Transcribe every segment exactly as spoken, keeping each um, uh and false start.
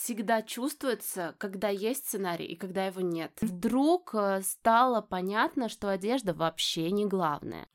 всегда чувствуется, когда есть сценарий и когда его нет. Вдруг э, стало понятно, что одежда вообще не главное.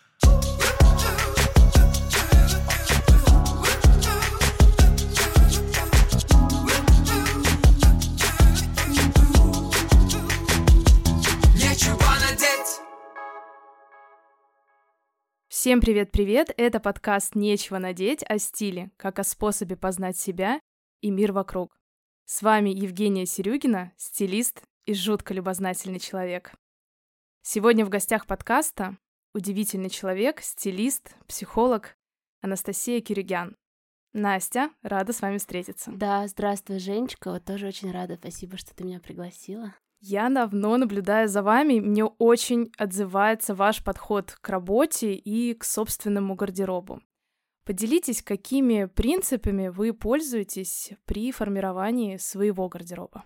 Всем привет-привет! Это подкаст «Нечего надеть» о стиле, как о способе познать себя и мир вокруг. С вами Евгения Серюгина, стилист и жутко любознательный человек. Сегодня в гостях подкаста удивительный человек, стилист, психолог Анастасия Кирюгян. Настя, рада с вами встретиться. Да, здравствуй, Женечка, вот тоже очень рада, спасибо, что ты меня пригласила. Я давно наблюдаю за вами, мне очень отзывается ваш подход к работе и к собственному гардеробу. Поделитесь, какими принципами вы пользуетесь при формировании своего гардероба?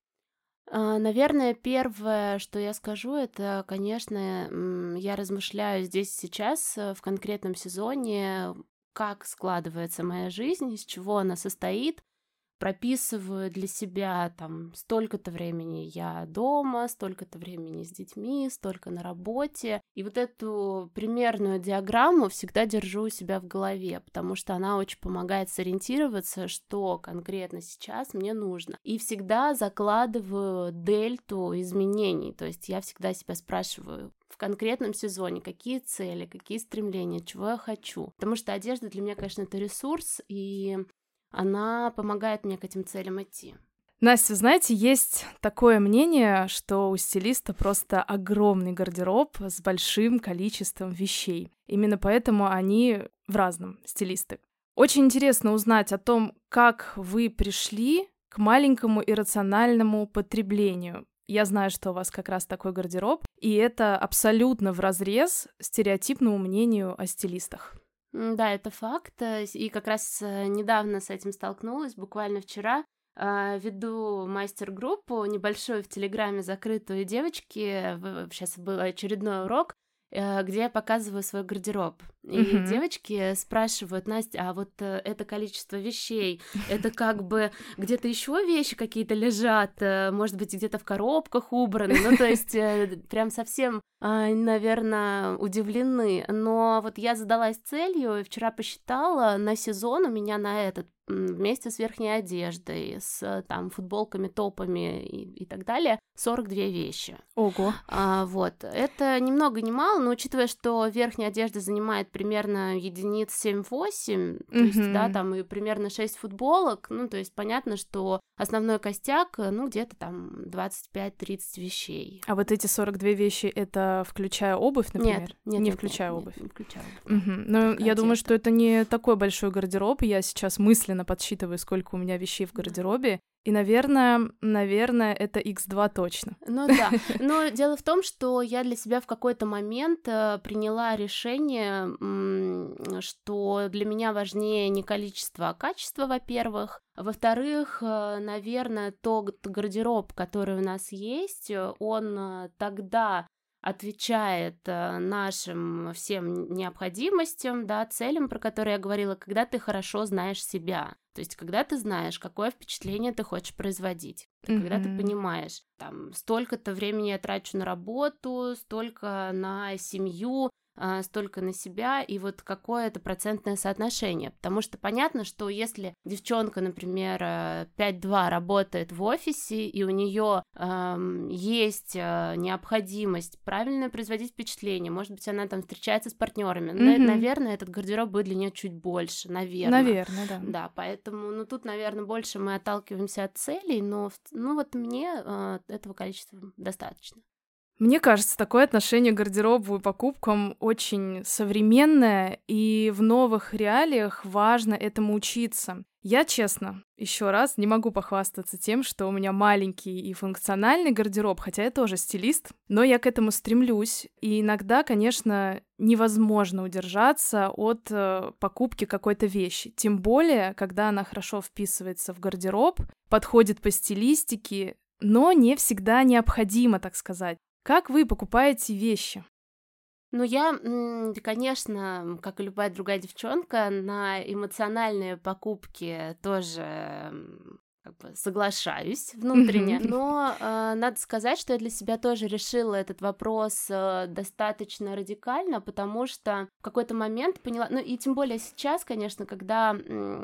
Наверное, первое, что я скажу, это, конечно, я размышляю здесь сейчас, в конкретном сезоне, как складывается моя жизнь, из чего она состоит. Прописываю для себя там столько-то времени я дома, столько-то времени с детьми, столько на работе. И вот эту примерную диаграмму всегда держу у себя в голове, потому что она очень помогает сориентироваться, что конкретно сейчас мне нужно. И всегда закладываю дельту изменений, то есть я всегда себя спрашиваю, в конкретном сезоне, какие цели, какие стремления, чего я хочу. Потому что одежда для меня, конечно, это ресурс, и она помогает мне к этим целям идти. Настя, знаете, есть такое мнение, что у стилиста просто огромный гардероб с большим количеством вещей. Именно поэтому они в разном, стилисты. Очень интересно узнать о том, как вы пришли к маленькому иррациональному потреблению. Я знаю, что у вас как раз такой гардероб, и это абсолютно вразрез стереотипному мнению о стилистах. Да, это факт, и как раз недавно с этим столкнулась, буквально вчера. Веду мастер-группу небольшую в Телеграме, закрытую девочки, сейчас был очередной урок, где я показываю свой гардероб. И uh-huh. девочки спрашивают: Настя, а вот это количество вещей, это как бы где-то еще вещи какие-то лежат, может быть, где-то в коробках убраны, ну, то есть прям совсем, наверное, удивлены. Но вот я задалась целью, и вчера посчитала, на сезон у меня на этот вместе с верхней одеждой, с там футболками, топами и, и так далее, сорок две вещи. Ого! А, вот, это ни много ни мало, но учитывая, что верхняя одежда занимает примерно единиц семь-восемь, то mm-hmm. есть, да, там и примерно шесть футболок, ну, то есть понятно, что основной костяк, ну, где-то там двадцать пять тридцать вещей. А вот эти сорок две вещи, это включая обувь, например? Нет, нет, не нет, включая нет, обувь. Нет, не включая обувь. Угу. Но я одежда. думаю, что это не такой большой гардероб, я сейчас мысленно подсчитываю, сколько у меня вещей в гардеробе, и, наверное, наверное, это икс два точно. Ну да, но дело в том, что я для себя в какой-то момент приняла решение, что для меня важнее не количество, а качество, во-первых. Во-вторых, наверное, тот гардероб, который у нас есть, он тогда отвечает нашим всем необходимостям, да, целям, про которые я говорила, когда ты хорошо знаешь себя. То есть, когда ты знаешь, какое впечатление ты хочешь производить, mm-hmm. когда ты понимаешь, там, столько-то времени я трачу на работу, столько на семью, столько на себя, и вот какое это процентное соотношение. Потому что понятно, что если девчонка, например, пять-два работает в офисе, и у нее эм, есть э, необходимость правильно производить впечатление, может быть, она там встречается с партнерами, mm-hmm. на- наверное, этот гардероб будет для нее чуть больше, наверное. Наверное, да. Да, поэтому, ну, тут, наверное, больше мы отталкиваемся от целей, но, ну, вот мне э, этого количества достаточно. Мне кажется, такое отношение к гардеробу и покупкам очень современное, и в новых реалиях важно этому учиться. Я, честно, еще раз не могу похвастаться тем, что у меня маленький и функциональный гардероб, хотя я тоже стилист, но я к этому стремлюсь. И иногда, конечно, невозможно удержаться от э, покупки какой-то вещи. Тем более, когда она хорошо вписывается в гардероб, подходит по стилистике, но не всегда необходимо, так сказать. Как вы покупаете вещи? Ну, я, конечно, как и любая другая девчонка, на эмоциональные покупки тоже как бы соглашаюсь внутренне, mm-hmm. но э, надо сказать, что я для себя тоже решила этот вопрос э, достаточно радикально, потому что в какой-то момент поняла, ну и тем более сейчас, конечно, когда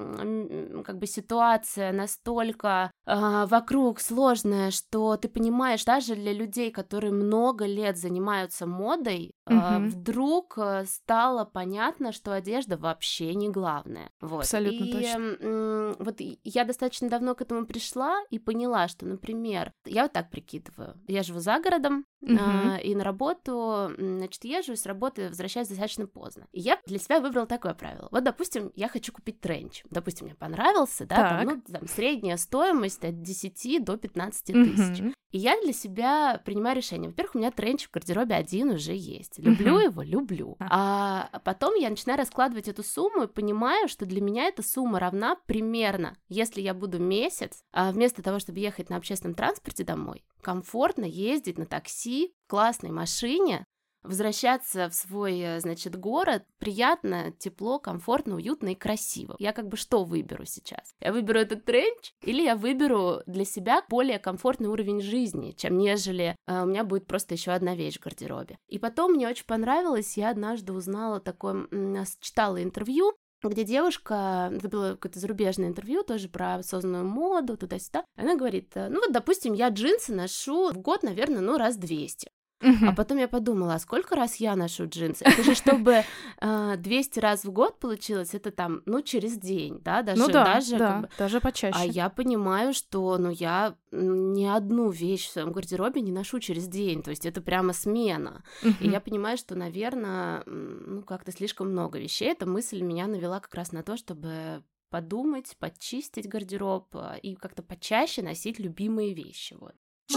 э, как бы ситуация настолько э, вокруг сложная, что ты понимаешь, даже для людей, которые много лет занимаются модой, э, mm-hmm. вдруг э, стало понятно, что одежда вообще не главное. Вот. Абсолютно и, точно. Э, вот я достаточно давно к этому пришла и поняла, что, например, я вот так прикидываю, я живу за городом, uh-huh. а, и на работу, значит, езжу, с работы возвращаюсь достаточно поздно. И я для себя выбрала такое правило. Вот, допустим, я хочу купить тренч. Допустим, мне понравился, да, там, ну, там, средняя стоимость от десяти до пятнадцати uh-huh. тысяч. И я для себя принимаю решение. Во-первых, у меня тренч в гардеробе один уже есть. Люблю uh-huh. его, люблю. А потом я начинаю раскладывать эту сумму и понимаю, что для меня эта сумма равна примерно, если я буду месяц, а вместо того, чтобы ехать на общественном транспорте домой, комфортно ездить на такси, в классной машине, возвращаться в свой, значит, город, приятно, тепло, комфортно, уютно и красиво. Я как бы что выберу сейчас? Я выберу этот тренч или я выберу для себя более комфортный уровень жизни, чем нежели э, у меня будет просто еще одна вещь в гардеробе. И потом мне очень понравилось, я однажды узнала такое, м- читала интервью, где девушка, это было какое-то зарубежное интервью, тоже про осознанную моду, туда-сюда, она говорит, ну вот, допустим, я джинсы ношу в год, наверное, ну, раз двести. Uh-huh. А потом я подумала, а сколько раз я ношу джинсы? Это же чтобы э, двести раз в год получилось, это там, ну, через день, да, даже, ну да, даже, да, как бы... даже почаще. А я понимаю, что, ну, я ни одну вещь в своем гардеробе не ношу через день, то есть это прямо смена. Uh-huh. И я понимаю, что, наверное, ну, как-то слишком много вещей. Эта мысль меня навела как раз на то, чтобы подумать, подчистить гардероб и как-то почаще носить любимые вещи, вот.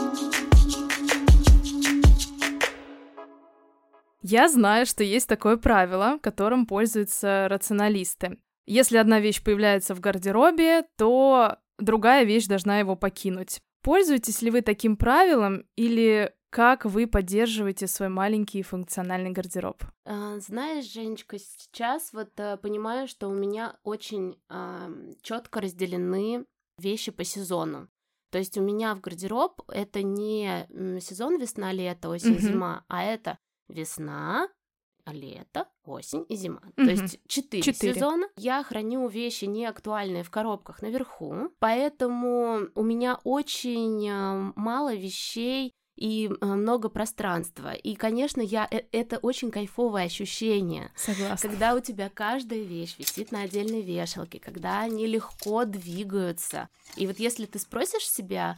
Я знаю, что есть такое правило, которым пользуются рационалисты. Если одна вещь появляется в гардеробе, то другая вещь должна его покинуть. Пользуетесь ли вы таким правилом или как вы поддерживаете свой маленький функциональный гардероб? А, знаешь, Женечка, сейчас вот а, понимаю, что у меня очень а, четко разделены вещи по сезону. То есть у меня в гардероб это не сезон весна-лето, осень-зима, mm-hmm. а это весна, лето, осень и зима. Mm-hmm. То есть четыре, четыре сезона. Я храню вещи неактуальные в коробках наверху, поэтому у меня очень мало вещей и много пространства. И, конечно, я, это очень кайфовое ощущение. Согласна. Когда у тебя каждая вещь висит на отдельной вешалке, когда они легко двигаются. И вот если ты спросишь себя,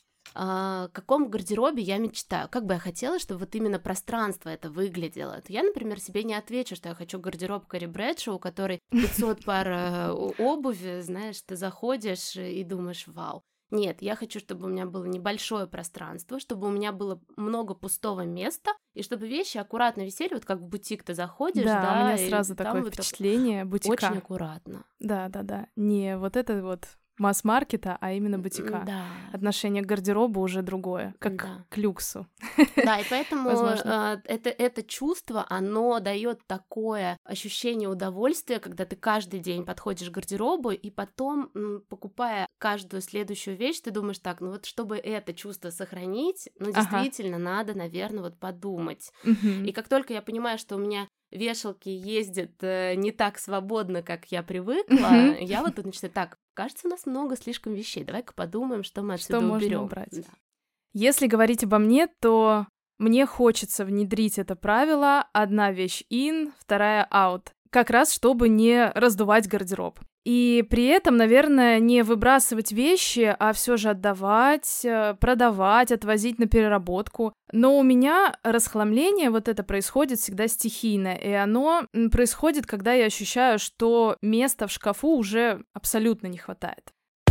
в каком гардеробе я мечтаю, как бы я хотела, чтобы вот именно пространство это выглядело, то я, например, себе не отвечу, что я хочу гардероб Кэрри Брэдшоу, у которой пятьсот пар обуви, знаешь, ты заходишь и думаешь, вау. Нет, я хочу, чтобы у меня было небольшое пространство, чтобы у меня было много пустого места, и чтобы вещи аккуратно висели, вот как в бутик ты заходишь, да, да, у меня сразу такое вот впечатление бутика. Очень аккуратно. Да-да-да, не вот это вот масс-маркета, а именно бутика. Да. Отношение к гардеробу уже другое, как да. к люксу. Да, и поэтому э, это, это чувство, оно дает такое ощущение удовольствия, когда ты каждый день подходишь к гардеробу, и потом, м, покупая каждую следующую вещь, ты думаешь, так, ну вот чтобы это чувство сохранить, ну действительно, ага. надо, наверное, вот подумать. Угу. И как только я понимаю, что у меня вешалки ездят э, не так свободно, как я привыкла, uh-huh. я вот тут начинаю, так, кажется, у нас много слишком вещей, давай-ка подумаем, что мы отсюда что уберем. Можно убрать. Да. Если говорить обо мне, то мне хочется внедрить это правило: одна вещь in, вторая out, как раз чтобы не раздувать гардероб. И при этом, наверное, не выбрасывать вещи, а все же отдавать, продавать, отвозить на переработку. Но у меня расхламление вот это происходит всегда стихийно, и оно происходит, когда я ощущаю, что места в шкафу уже абсолютно не хватает.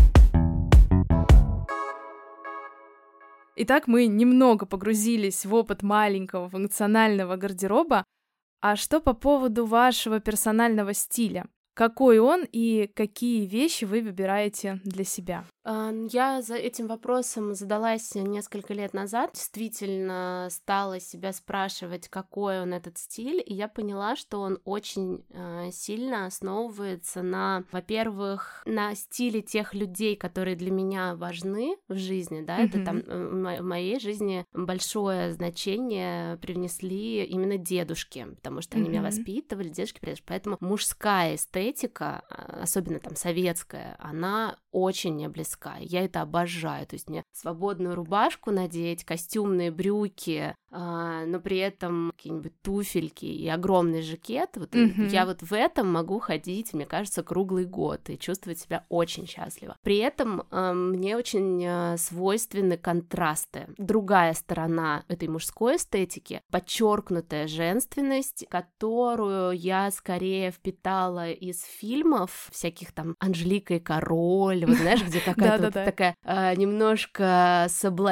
Итак, мы немного погрузились в опыт маленького функционального гардероба. А что по поводу вашего персонального стиля? Какой он и какие вещи вы выбираете для себя? Я за этим вопросом задалась несколько лет назад. Действительно стала себя спрашивать, какой он этот стиль, и я поняла, что он очень э, сильно основывается на, во-первых, на стиле тех людей, которые для меня важны в жизни, да, mm-hmm. это там в моей жизни большое значение привнесли именно дедушки, потому что они mm-hmm. меня воспитывали, дедушки, поэтому мужская эстетика, особенно там советская, она очень мне близка. Я это обожаю, то есть мне свободную рубашку надеть, костюмные брюки, а, но при этом какие-нибудь туфельки и огромный жакет, вот mm-hmm. я вот в этом могу ходить, мне кажется, круглый год и чувствовать себя очень счастливо. При этом а, мне очень а, свойственны контрасты. Другая сторона этой мужской эстетики, подчеркнутая женственность, которую я скорее впитала из фильмов всяких там «Анжелика и король», вот знаешь, где какая-то вот такая а, немножко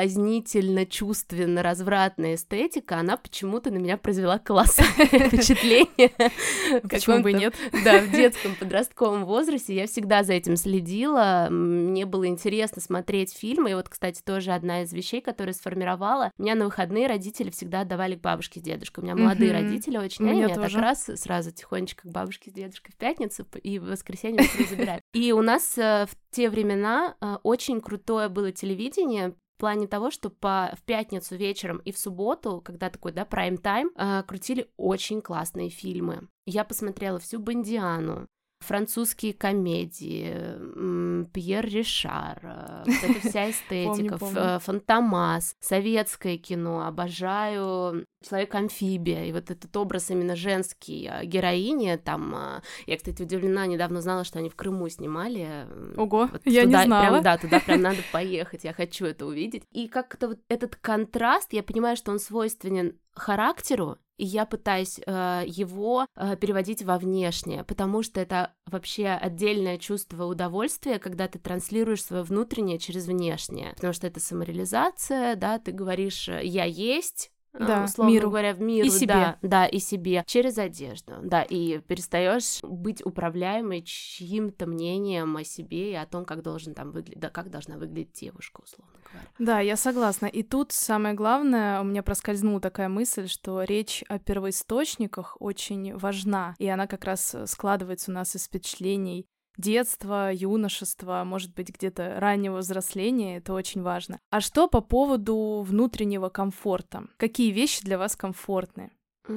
соблазнительно-чувственно-развратная эстетика, она почему-то на меня произвела колоссальное впечатление. Почему бы и нет? Да, в детском подростковом возрасте я всегда за этим следила, мне было интересно смотреть фильмы, и вот, кстати, тоже одна из вещей, которая сформировала, меня на выходные родители всегда отдавали к бабушке с дедушкой, у меня молодые родители очень, они меня так раз сразу тихонечко к бабушке с дедушкой в пятницу и в воскресенье забирают. И у нас в те времена очень крутое было телевидение в плане того, что по, в пятницу вечером и в субботу, когда такой, да, прайм-тайм, э, крутили очень классные фильмы. Я посмотрела всю «Бондиану», французские комедии, Пьер Ришар, вот эта вся эстетика, Фантомас, советское кино, обожаю Человек-амфибия, и вот этот образ именно женский героини, там, я, кстати, удивлена, недавно узнала, что они в Крыму снимали. Ого, вот я туда, не знала. Прям, да, туда прям надо поехать, я хочу это увидеть. И как-то вот этот контраст, я понимаю, что он свойственен характеру, и я пытаюсь э, его э, переводить во внешнее, потому что это вообще отдельное чувство удовольствия, когда ты транслируешь свое внутреннее через внешнее, потому что это самореализация, да, ты говоришь «я есть», да, условно миру. говоря, в миру, и себе. Да, да, и себе, через одежду, да, и перестаешь быть управляемой чьим-то мнением о себе и о том, как должен там выглядеть, да, как должна выглядеть девушка, условно говоря. Да, я согласна. И тут самое главное, у меня проскользнула такая мысль, что речь о первоисточниках очень важна, и она как раз складывается у нас из впечатлений детства, юношества, может быть, где-то раннего взросления, это очень важно. А что по поводу внутреннего комфорта? Какие вещи для вас комфортны?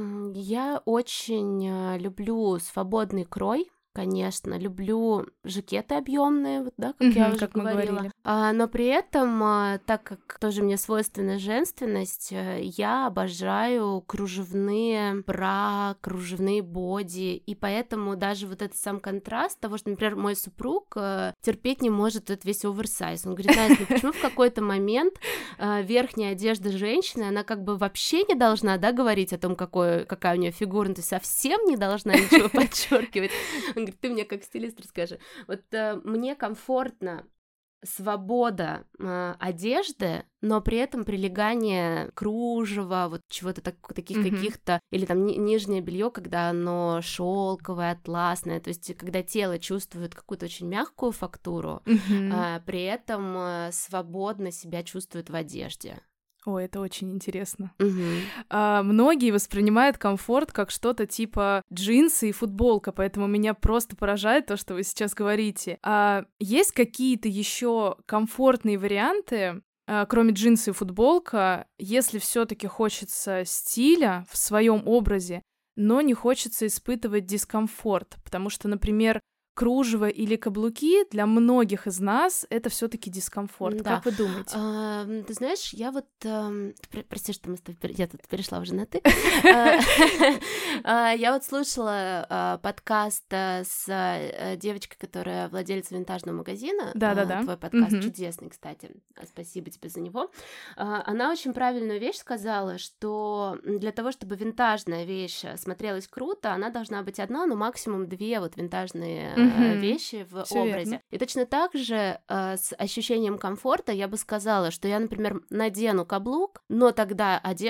Я очень люблю свободный крой. Конечно, люблю жакеты объемные, вот, да, как mm-hmm, я уже как говорила. А, но при этом, а, так как тоже мне свойственна женственность, я обожаю кружевные бра, кружевные боди, и поэтому даже вот этот сам контраст того, что, например, мой супруг а, терпеть не может этот весь оверсайз. Он говорит, Настя, ну почему в какой-то момент а, верхняя одежда женщины, она как бы вообще не должна, да, говорить о том, какой, какая у нее фигура, то есть совсем не должна ничего подчеркивать. Он говорит, ты мне как стилист расскажи. Вот э, мне комфортно свобода э, одежды, но при этом прилегание кружева, вот чего-то так, таких mm-hmm. каких-то, или там ни- нижнее белье, когда оно шелковое, атласное, то есть когда тело чувствует какую-то очень мягкую фактуру, mm-hmm. э, при этом э, свободно себя чувствует в одежде. Ой, это очень интересно. Uh-huh. А, многие воспринимают комфорт как что-то типа джинсы и футболка, поэтому меня просто поражает то, что вы сейчас говорите. А есть какие-то еще комфортные варианты, а, кроме джинсы и футболка, если все-таки хочется стиля в своем образе, но не хочется испытывать дискомфорт, потому что, например, кружево или каблуки для многих из нас это все-таки дискомфорт. Да. Как вы думаете? А, ты знаешь, я вот... А, прости, что мы с тобой... Я тут перешла уже на «ты». Я вот слушала подкаст с девочкой, которая владелица винтажного магазина. Да-да-да. Твой подкаст чудесный, кстати. Спасибо тебе за него. Она очень правильную вещь сказала, что для того, чтобы винтажная вещь смотрелась круто, она должна быть одна, но максимум две вот винтажные mm-hmm. вещи в Всё образе. верно. И точно так же э, с ощущением комфорта я бы сказала, что я, например, надену каблук, но тогда одежда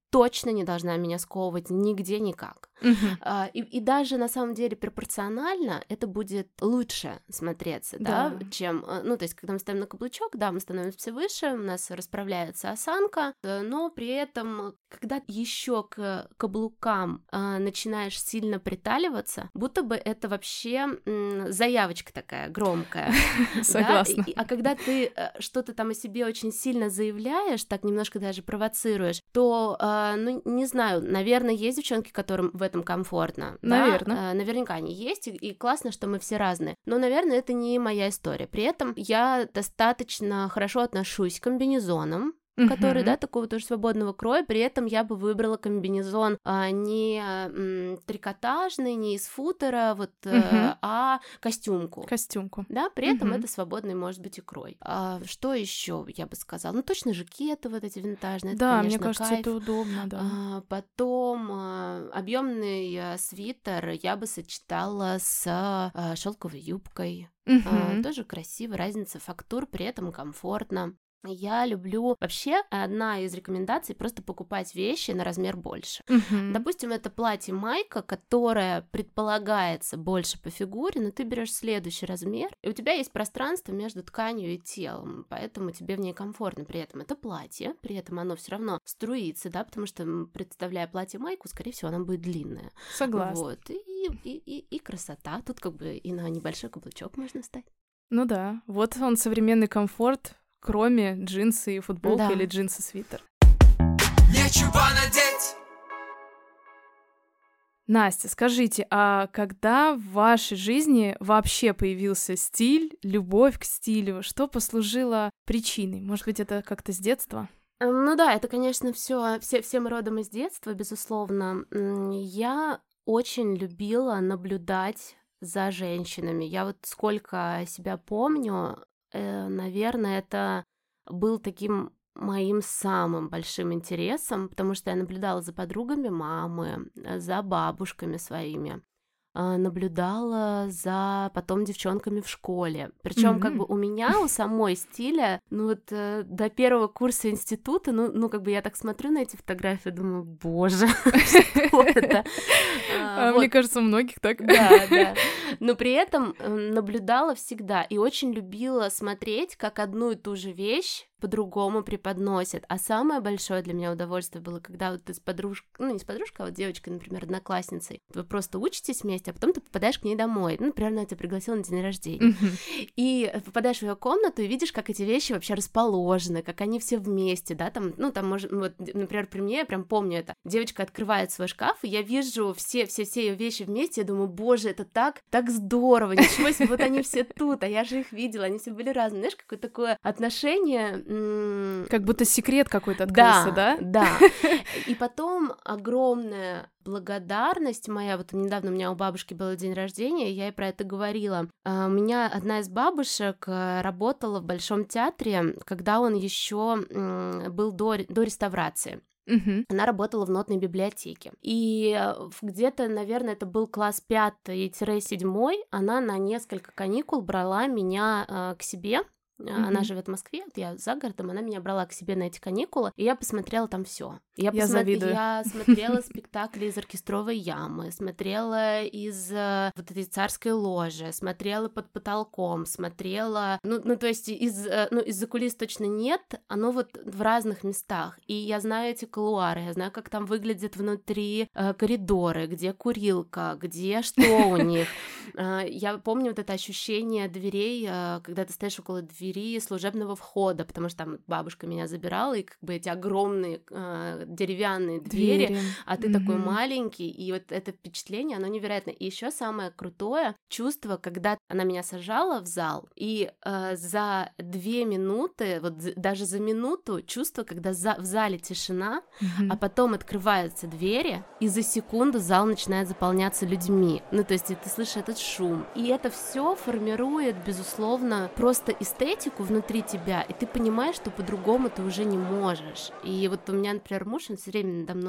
точно не должна меня сковывать нигде никак. Мгм. А, И, и даже на самом деле пропорционально это будет лучше смотреться, да, Да. чем, э, ну, то есть, когда мы ставим на каблучок, да, мы становимся выше, у нас расправляется осанка, э, но при этом, когда еще к каблукам а, начинаешь сильно приталиваться, будто бы это вообще м, заявочка такая громкая. Да, Согласна. и- А когда ты э, что-то там о себе очень сильно заявляешь, так немножко даже провоцируешь, то, э, ну, не знаю, наверное, есть девчонки, которым в этом комфортно. да, Наверно. э, Наверняка они есть, и, и классно, что мы все разные. Но, наверное, это не моя история. При этом я достаточно хорошо отношусь к комбинезонам, который, Мгм. да, такого тоже свободного кроя, при этом я бы выбрала комбинезон а, не м, трикотажный, не из футера, вот, э, Мгм. а костюмку. Костюмку. Да, при этом Мгм. это свободный, может быть, и крой. А что еще я бы сказала? Ну, точно жакеты вот эти винтажные, это, Да, мне конечно, кажется, кайф. это удобно, да. А, потом объемный свитер я бы сочетала с шелковой юбкой. А, Мгм. тоже красиво, разница фактур, при этом комфортно. Я люблю... Вообще, одна из рекомендаций — просто покупать вещи на размер больше. Мгм. Допустим, это платье-майка, которое предполагается больше по фигуре, но ты берешь следующий размер, и у тебя есть пространство между тканью и телом, поэтому тебе в ней комфортно. При этом это платье, при этом оно все равно струится, да, потому что, м, представляя платье-майку, скорее всего, оно будет длинное. Согласна. Вот, и, и, и, и красота. Тут как бы и на небольшой каблучок можно встать. Ну да, вот он современный комфорт, кроме джинсы и футболки Да. или джинсы-свитер. Нечего надеть. Настя, скажите, а когда в вашей жизни вообще появился стиль, любовь к стилю? Что послужило причиной? Может быть, это как-то с детства? Эм, Ну да, это, конечно, все, все, все мы родом из детства, безусловно. М, Я очень любила наблюдать за женщинами. Я вот сколько себя помню, э, наверное, это был таким моим самым большим интересом, потому что я наблюдала за подругами мамы, э, за бабушками своими, а, наблюдала за потом девчонками в школе. Причем как Мгм. бы у меня, у самой стиля, ну вот э, до первого курса института, ну, ну как бы я так смотрю на эти фотографии, думаю, боже, что это? А, А, вот. Мне кажется, у многих так. Да, да. Но при этом э, наблюдала всегда и очень любила смотреть, как одну и ту же вещь по-другому преподносят. А самое большое для меня удовольствие было, когда вот ты с подружкой, ну не с подружкой, а вот девочкой, например, одноклассницей, вы просто учитесь вместе, а потом ты попадаешь к ней домой. Ну, например, она тебя пригласила на день рождения. Мгм. И попадаешь в ее комнату и видишь, как эти вещи вообще расположены, как они все вместе, да, там, ну, там, может, вот, например, при мне, я прям помню это, девочка открывает свой шкаф, и я вижу все, все, все ее вещи вместе, я думаю, боже, это так, так здорово, ничего себе, вот они все тут, а я же их видела, они все были разные, знаешь, какое-то такое отношение... м, Как будто секрет какой-то открылся, да? Да. И потом огромная благодарность моя, вот недавно у меня у бабушки был день рождения, я ей про это говорила. А, У меня одна из бабушек э, работала в Большом театре, когда он еще был до, до реставрации. Мгм. Она работала в нотной библиотеке. И э, в- где-то, наверное, это был класс пятый-седьмой, она на несколько каникул брала меня э, к себе. Э, Она Мгм. живет в Москве, вот я за городом, она меня брала к себе на эти каникулы, и я посмотрела там все. Я, Я посмо- завидую. я смотрела спектакли из оркестровой ямы, смотрела из э, вот этой царской ложи, смотрела под потолком, смотрела, ну, ну то есть из, э, ну, из-за кулис точно нет, оно вот в разных местах. И я знаю эти кулуары, я знаю, как там выглядят внутри э, коридоры, где курилка, где что у них. Э, Я помню вот это ощущение дверей, э, когда ты стоишь около двери служебного входа, потому что там бабушка меня забирала, и как бы эти огромные э, деревянные двери, Двери. а ты такой Мгм. маленький, и вот это впечатление, оно невероятное. И еще самое крутое чувство, когда она меня сажала в зал, и э, за две минуты, вот з- даже за минуту, чувство, когда за- в зале тишина, Мгм. а потом открываются двери, и за секунду зал начинает заполняться людьми. Ну, то есть и ты слышишь этот шум. И это все формирует, безусловно, просто эстетику внутри тебя, и ты понимаешь, что по-другому ты уже не можешь. И вот у меня, например, муж, он все время надо мной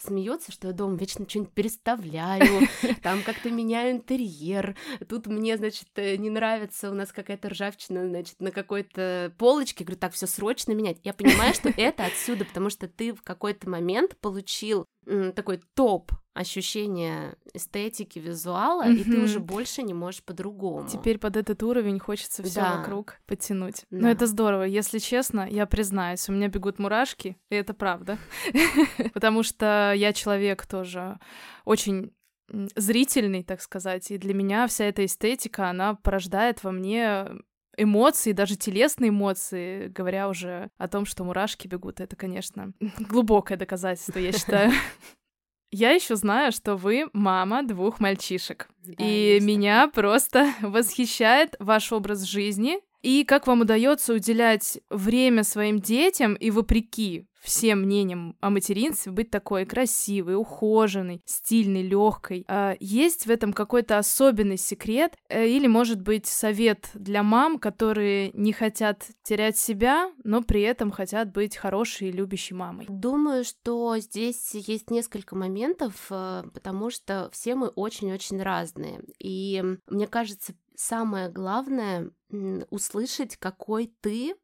смеется, что я дома вечно что-нибудь переставляю, там как-то меняю интерьер, тут мне, значит, не нравится, у нас какая-то ржавчина, значит, на какой-то полочке, говорю, так, все срочно менять. Я понимаю, что это отсюда, потому что ты в какой-то момент получил м, такой топ ощущения эстетики, визуала, mm-hmm. и ты уже больше не можешь по-другому. Теперь под этот уровень хочется все да. вокруг подтянуть. Да. Но это здорово. Если честно, я признаюсь, у меня бегут мурашки, и это правда. Потому что я человек тоже очень зрительный, так сказать, и для меня вся эта эстетика, она порождает во мне эмоции, даже телесные эмоции, говоря уже о том, что мурашки бегут. Это, конечно, глубокое доказательство, я считаю. Я еще знаю, что вы мама двух мальчишек. Да, и меня такое. Просто восхищает ваш образ жизни. И как вам удается уделять время своим детям и вопреки всем мнениям о материнстве быть такой красивой, ухоженной, стильной, легкой. А есть в этом какой-то особенный секрет или, может быть, совет для мам, которые не хотят терять себя, но при этом хотят быть хорошей и любящей мамой? Думаю, что здесь есть несколько моментов, потому что все мы очень-очень разные. И мне кажется, самое главное — услышать, какой ты,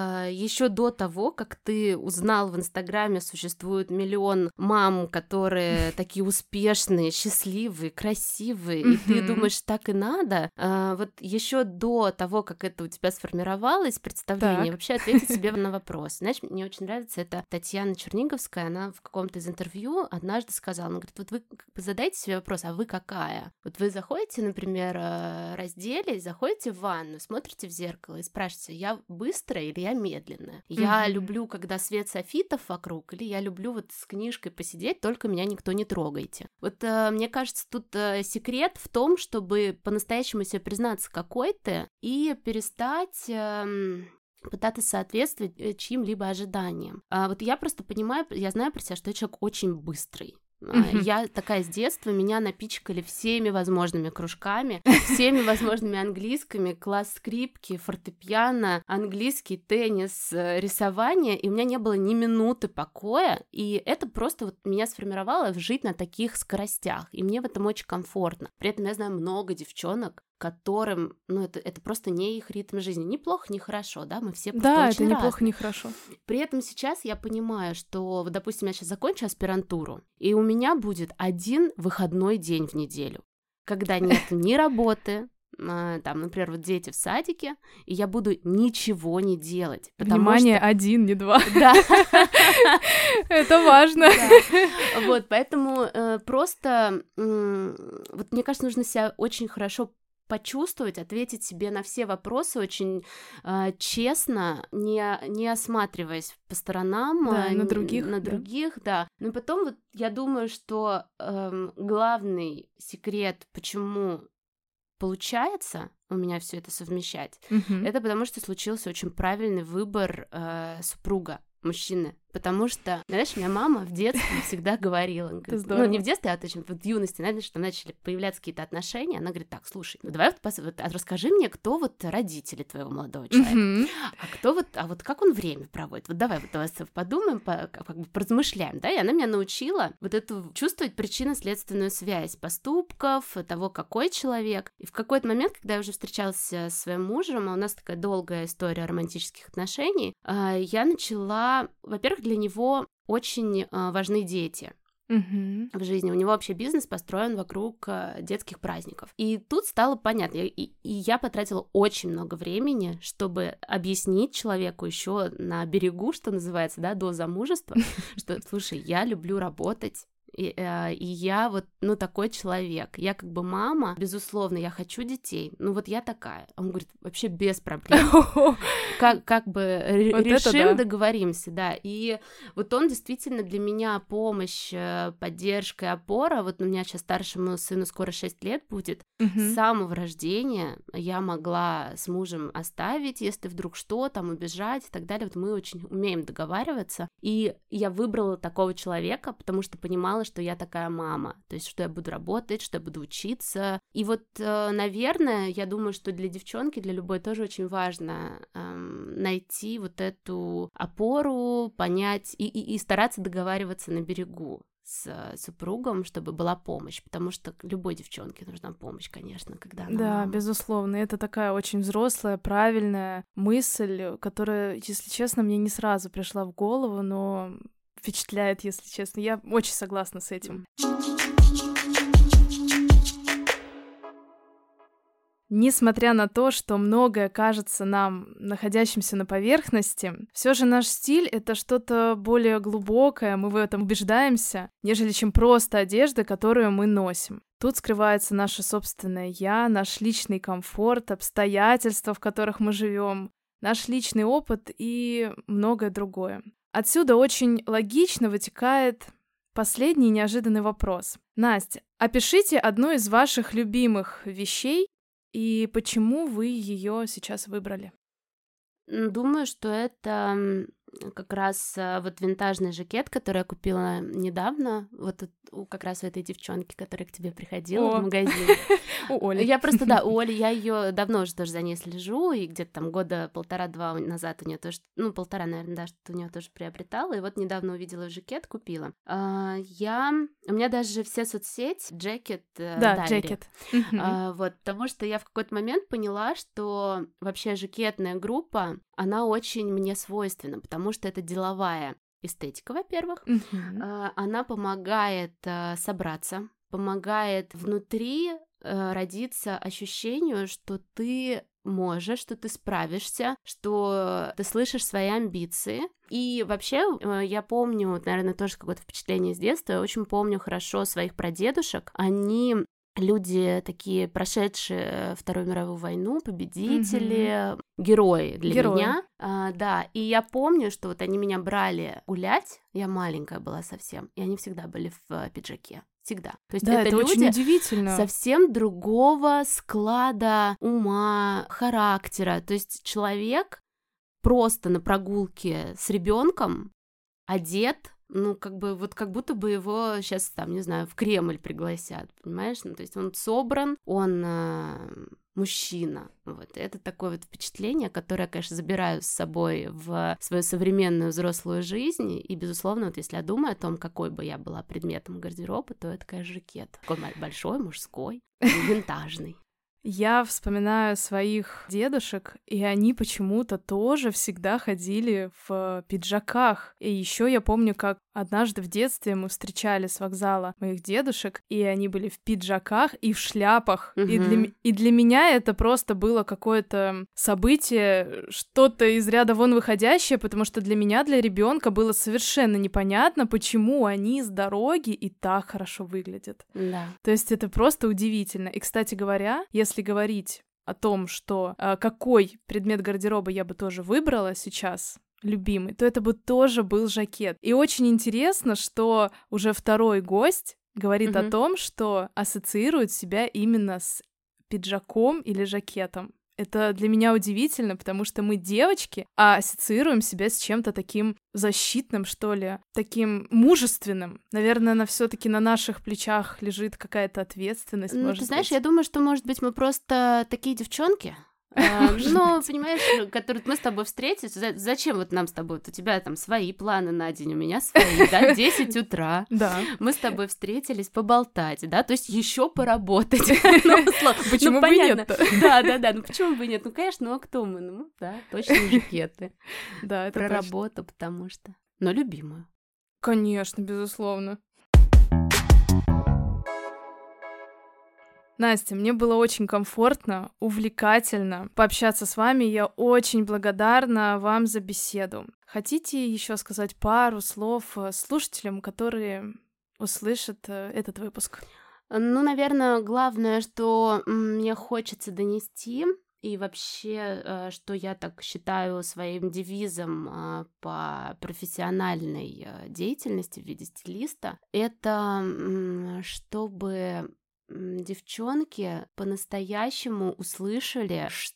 еще до того, как ты узнал в Инстаграме, существует миллион мам, которые такие успешные, счастливые, красивые, и ты думаешь, так и надо. Вот еще до того, как это у тебя сформировалось, представление, так. вообще ответить себе на вопрос. Знаешь, мне очень нравится, это Татьяна Черниговская, она в каком-то из интервью однажды сказала, она говорит, вот вы как бы задайте себе вопрос, а вы какая? Вот вы заходите, например, разделись, заходите в ванну, смотрите в зеркало и спрашиваете, я быстрая или я медленная. Я mm-hmm. люблю, когда свет софитов вокруг, или я люблю вот с книжкой посидеть, только меня никто не трогайте. Вот э, мне кажется, тут э, секрет в том, чтобы по-настоящему себе признаться, какой ты, и перестать... Э, пытаться соответствовать чьим-либо ожиданиям. А вот я просто понимаю, я знаю про себя, что я человек очень быстрый. Mm-hmm. Я такая с детства, меня напичкали всеми возможными кружками, всеми возможными английскими, класс скрипки, фортепиано, английский, теннис, рисование, и у меня не было ни минуты покоя, и это просто вот меня сформировало жить на таких скоростях, и мне в этом очень комфортно. При этом я знаю много девчонок, которым, ну, это, это просто не их ритм жизни. Ни плохо, ни хорошо, да, мы все просто да, очень это неплохо, разные. Не хорошо. При этом сейчас я понимаю, что, вот, допустим, я сейчас закончу аспирантуру, и у меня будет один выходной день в неделю, когда нет ни работы, там, например, вот дети в садике, и я буду ничего не делать. Внимание, что... один, не два. Да. Это важно. Вот, поэтому просто, вот мне кажется, нужно себя очень хорошо почувствовать, ответить себе на все вопросы очень э, честно, не, не осматриваясь по сторонам, да, э, на других, на других, да. да. Но потом вот я думаю, что э, главный секрет, почему получается у меня все это совмещать, mm-hmm. это потому что случился очень правильный выбор э, супруга, мужчины. Потому что, знаешь, у меня мама в детстве всегда говорила, говорит, ну, не в детстве, а точнее, вот в юности, знаешь, что начали появляться какие-то отношения, она говорит, так, слушай, ну давай вот, пос... вот расскажи мне, кто вот родители твоего молодого человека, mm-hmm. а кто вот, а вот как он время проводит, вот давай вот давай подумаем, по, как бы поразмышляем, да, и она меня научила вот эту чувствовать причинно-следственную связь поступков, того, какой человек, и в какой-то момент, когда я уже встречалась с своим мужем, а у нас такая долгая история романтических отношений, я начала, во-первых, для него очень э, важны дети uh-huh. в жизни. У него вообще бизнес построен вокруг э, детских праздников. И тут стало понятно. И, и я потратила очень много времени, чтобы объяснить человеку еще на берегу, что называется, да, до замужества, что, слушай, я люблю работать. И, э, и я вот, ну, такой человек. Я как бы мама, безусловно, я хочу детей. Ну, вот я такая. Он говорит, вообще без проблем. Как, как бы вот решим, да. договоримся, да. И вот он действительно для меня помощь, поддержка и опора. Вот у меня сейчас старшему сыну скоро шесть лет будет. Угу. С самого рождения я могла с мужем оставить, если вдруг что, там, убежать и так далее. Вот мы очень умеем договариваться. И я выбрала такого человека, потому что понимала, что я такая мама, то есть, что я буду работать, что я буду учиться. И вот, наверное, я думаю, что для девчонки, для любой тоже очень важно эм, найти вот эту опору, понять и, и, и стараться договариваться на берегу с супругом, чтобы была помощь, потому что любой девчонке нужна помощь, конечно, когда она Да, мама. безусловно, это такая очень взрослая, правильная мысль, которая, если честно, мне не сразу пришла в голову, но впечатляет, если честно. Я очень согласна с этим. Несмотря на то, что многое кажется нам находящимся на поверхности, все же наш стиль — это что-то более глубокое, мы в этом убеждаемся, нежели чем просто одежда, которую мы носим. Тут скрывается наше собственное «я», наш личный комфорт, обстоятельства, в которых мы живем, наш личный опыт и многое другое. Отсюда очень логично вытекает последний неожиданный вопрос. Настя, опишите одну из ваших любимых вещей, и почему вы ее сейчас выбрали? Думаю, что это как раз вот винтажный жакет, который я купила недавно, вот у, как раз у этой девчонки, которая к тебе приходила О. в магазин. У Оли. Я просто, да, у Оли, я ее давно уже тоже за ней слежу, и где-то там года полтора-два назад у нее тоже, ну, полтора, наверное, да, что у нее тоже приобретала, и вот недавно увидела жакет, купила. А, я, у меня даже все соцсети, джекет, Да, джекет. а, вот, потому что я в какой-то момент поняла, что вообще жакетная группа, она очень мне свойственна, потому что это деловая эстетика, во-первых. Мгм. А, Она помогает а, собраться, помогает внутри а, родиться ощущению, что ты можешь, что ты справишься, что ты слышишь свои амбиции. И вообще, а, я помню, наверное, тоже какое-то впечатление с детства, я очень помню хорошо своих прадедушек. Они люди такие, прошедшие Вторую мировую войну, победители, герои для Герои. меня. А, да, и я помню, что вот они меня брали гулять, я маленькая была совсем, и они всегда были в пиджаке. Всегда. То есть Да, это, это люди очень удивительно. совсем другого склада ума, характера. То есть человек просто на прогулке с ребенком одет, ну, как бы, вот как будто бы его сейчас, там, не знаю, в Кремль пригласят, понимаешь? Ну, то есть он собран, он э, мужчина. Вот. Это такое вот впечатление, которое я, конечно, забираю с собой в свою современную взрослую жизнь. И, безусловно, вот если я думаю о том, какой бы я была предметом гардероба, то это, конечно, жакет. Такой большой, мужской, винтажный. Я вспоминаю своих дедушек, и они почему-то тоже всегда ходили в пиджаках. И еще я помню, как однажды в детстве мы встречали с вокзала моих дедушек, и они были в пиджаках и в шляпах. Мгм. И, для, м- и для меня это просто было какое-то событие, что-то из ряда вон выходящее, потому что для меня, для ребенка было совершенно непонятно, почему они с дороги и так хорошо выглядят. Да. То есть это просто удивительно. И, кстати говоря, если говорить о том, что э, какой предмет гардероба я бы тоже выбрала сейчас, любимый, то это бы тоже был жакет. И очень интересно, что уже второй гость говорит Мгм. о том, что ассоциирует себя именно с пиджаком или жакетом. Это для меня удивительно, потому что мы девочки, а ассоциируем себя с чем-то таким защитным, что ли, таким мужественным. Наверное, на все-таки на наших плечах лежит какая-то ответственность. Ну, может ты знаешь, быть. я думаю, что, может быть, мы просто такие девчонки. А, Ну, понимаешь, которые мы с тобой встретились, за- зачем вот нам с тобой? Вот у тебя там свои планы на день, у меня свои, да, десять утра. Да. Мы с тобой встретились поболтать, да, то есть еще поработать. Ну, условно. Почему Ну, бы и понятно. нет-то? Да, да, да, ну почему бы и нет? Ну, конечно, ну а кто мы? Ну, да, точно жакеты. Да, это Про точно. работу, потому что. Но любимую. Конечно, безусловно. Настя, мне было очень комфортно, увлекательно пообщаться с вами. Я очень благодарна вам за беседу. Хотите еще сказать пару слов слушателям, которые услышат э, этот выпуск? Ну, наверное, главное, что м, мне хочется донести, и вообще, э, что я так считаю своим девизом э, по профессиональной э, деятельности в виде стилиста, это м, чтобы м, девчонки по-настоящему услышали,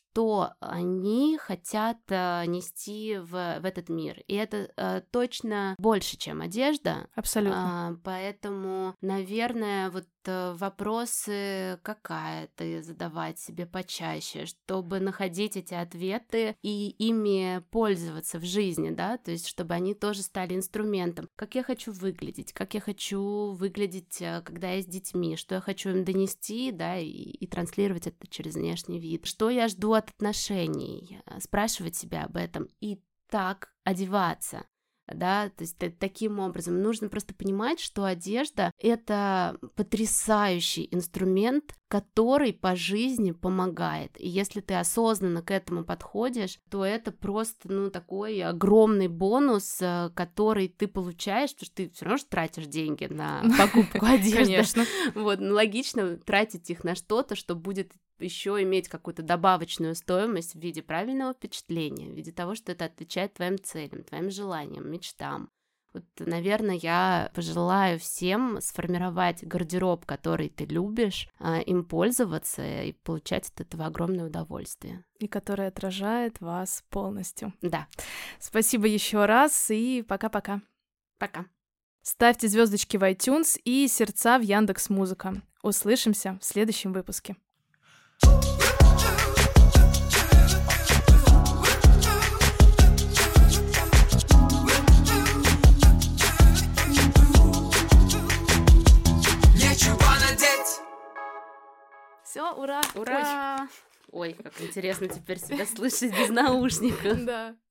что они хотят э, нести в, в этот мир. И это э, точно больше, чем одежда. Абсолютно. А, поэтому, наверное, вот э, вопросы какая ты задавать себе почаще, чтобы находить эти ответы и ими пользоваться в жизни, да, то есть чтобы они тоже стали инструментом. Как я хочу выглядеть, как я хочу выглядеть, э, когда я с детьми, что я хочу им донести, да, и, и транслировать это через внешний вид. Что я жду от отношений, спрашивать себя об этом и так одеваться. Да, то есть таким образом нужно просто понимать, что одежда — это потрясающий инструмент, который по жизни помогает. И если ты осознанно к этому подходишь, то это просто, ну, такой огромный бонус, который ты получаешь, потому что ты все равно же тратишь деньги на покупку одежды. Конечно. Вот, ну, логично тратить их на что-то, что будет еще иметь какую-то добавочную стоимость в виде правильного впечатления, в виде того, что это отвечает твоим целям, твоим желаниям, мечтам. Вот, наверное, я пожелаю всем сформировать гардероб, который ты любишь, им пользоваться и получать от этого огромное удовольствие. И который отражает вас полностью. Да. Спасибо еще раз и пока-пока. Пока. Ставьте звездочки в iTunes и сердца в Яндекс.Музыка. Услышимся в следующем выпуске. Все, ура! Ура! Ой. Ой, как интересно теперь себя слышать без наушников. Да.